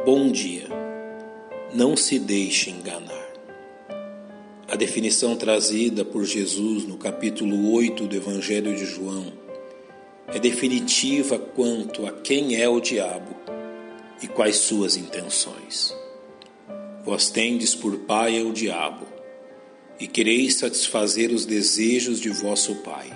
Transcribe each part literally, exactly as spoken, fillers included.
Bom dia. Não se deixe enganar. A definição trazida por Jesus no capítulo oito do Evangelho de João é definitiva quanto a quem é o diabo e quais suas intenções. Vós tendes por pai o diabo, e quereis satisfazer os desejos de vosso pai.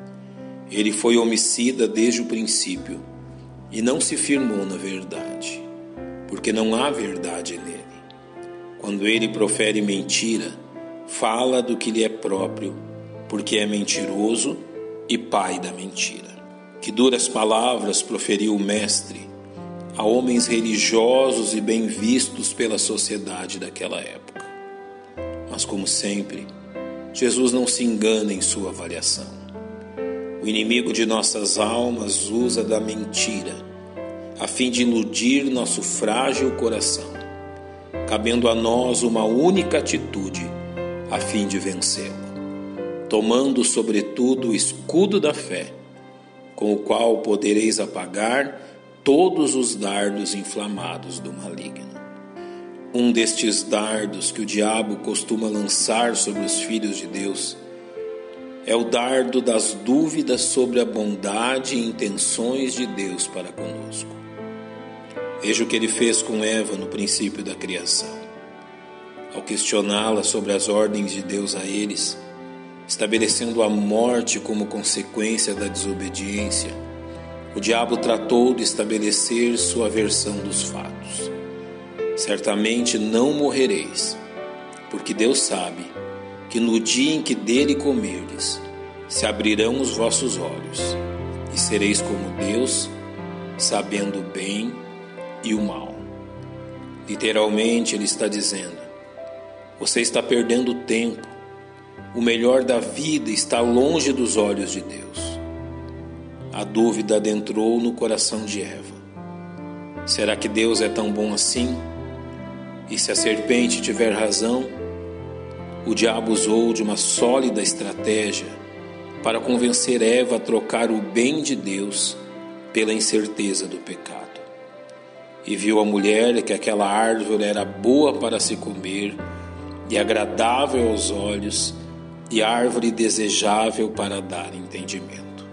Ele foi homicida desde o princípio, e não se firmou na verdade, porque não há verdade nele. Quando ele profere mentira, fala do que lhe é próprio, porque é mentiroso e pai da mentira. Que duras palavras proferiu o mestre a homens religiosos e bem vistos pela sociedade daquela época. Mas, como sempre, Jesus não se engana em sua avaliação. O inimigo de nossas almas usa da mentira a fim de iludir nosso frágil coração, cabendo a nós uma única atitude a fim de vencê-lo, tomando sobretudo o escudo da fé, com o qual podereis apagar todos os dardos inflamados do maligno. Um destes dardos que o diabo costuma lançar sobre os filhos de Deus é o dardo das dúvidas sobre a bondade e intenções de Deus para conosco. Veja o que ele fez com Eva no princípio da criação. Ao questioná-la sobre as ordens de Deus a eles, estabelecendo a morte como consequência da desobediência, o diabo tratou de estabelecer sua versão dos fatos. Certamente não morrereis, porque Deus sabe que no dia em que dele comerdes, se abrirão os vossos olhos, e sereis como Deus, sabendo o bem e o mal. Literalmente ele está dizendo: você está perdendo tempo. O melhor da vida está longe dos olhos de Deus. A dúvida adentrou no coração de Eva. Será que Deus é tão bom assim? E se a serpente tiver razão? O diabo usou de uma sólida estratégia para convencer Eva a trocar o bem de Deus pela incerteza do pecado. E viu a mulher que aquela árvore era boa para se comer e agradável aos olhos, e árvore desejável para dar entendimento.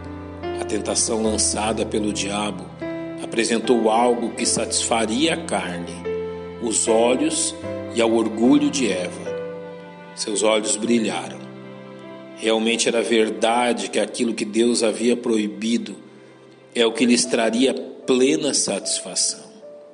A tentação lançada pelo diabo apresentou algo que satisfaria a carne, os olhos e ao orgulho de Eva. Seus olhos brilharam. Realmente era verdade que aquilo que Deus havia proibido é o que lhes traria plena satisfação.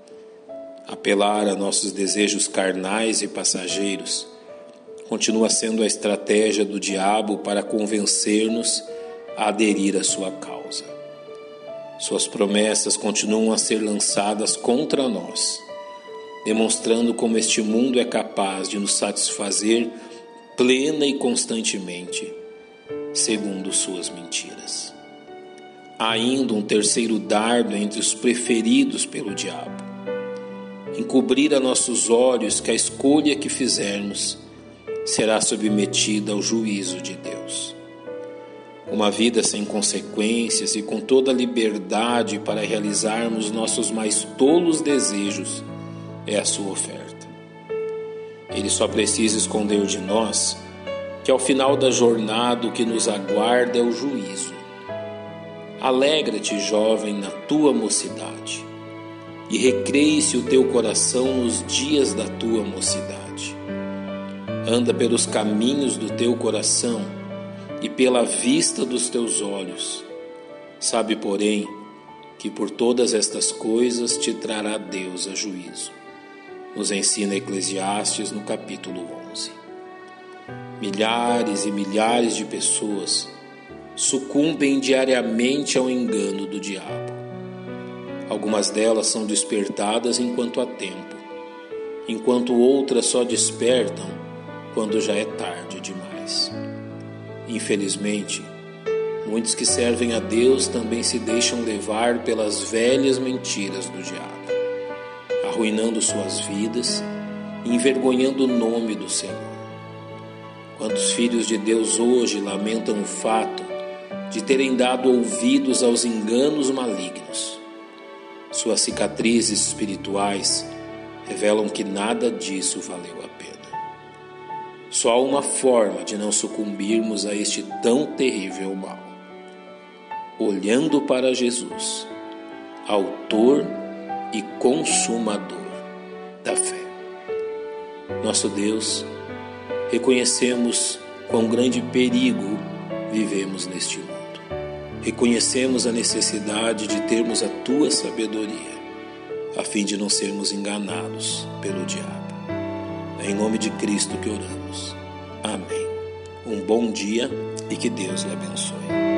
Apelar a nossos desejos carnais e passageiros continua sendo a estratégia do diabo para convencer-nos a aderir à sua causa. Suas promessas continuam a ser lançadas contra nós, demonstrando como este mundo é capaz de nos satisfazer plena e constantemente, segundo suas mentiras. Há ainda um terceiro dardo entre os preferidos pelo diabo: encobrir a nossos olhos que a escolha que fizermos será submetida ao juízo de Deus. Uma vida sem consequências e com toda a liberdade para realizarmos nossos mais tolos desejos é a sua oferta. Ele só precisa esconder de nós que ao final da jornada o que nos aguarda é o juízo. Alegra-te, jovem, na tua mocidade, e recreie-se o teu coração nos dias da tua mocidade. Anda pelos caminhos do teu coração e pela vista dos teus olhos. Sabe, porém, que por todas estas coisas te trará Deus a juízo. Nos ensina Eclesiastes no capítulo onze. Milhares e milhares de pessoas sucumbem diariamente ao engano do diabo. Algumas delas são despertadas enquanto há tempo, enquanto outras só despertam quando já é tarde demais. Infelizmente, muitos que servem a Deus também se deixam levar pelas velhas mentiras do diabo, arruinando suas vidas e envergonhando o nome do Senhor. Quantos filhos de Deus hoje lamentam o fato de terem dado ouvidos aos enganos malignos? suas cicatrizes espirituais revelam que nada disso valeu a pena. Só há uma forma de não sucumbirmos a este tão terrível mal: olhando para Jesus, autor e consumador da fé. Nosso Deus, reconhecemos quão grande perigo vivemos neste mundo. Reconhecemos a necessidade de termos a Tua sabedoria, a fim de não sermos enganados pelo diabo. É em nome de Cristo que oramos. Amém. Um bom dia e que Deus lhe abençoe.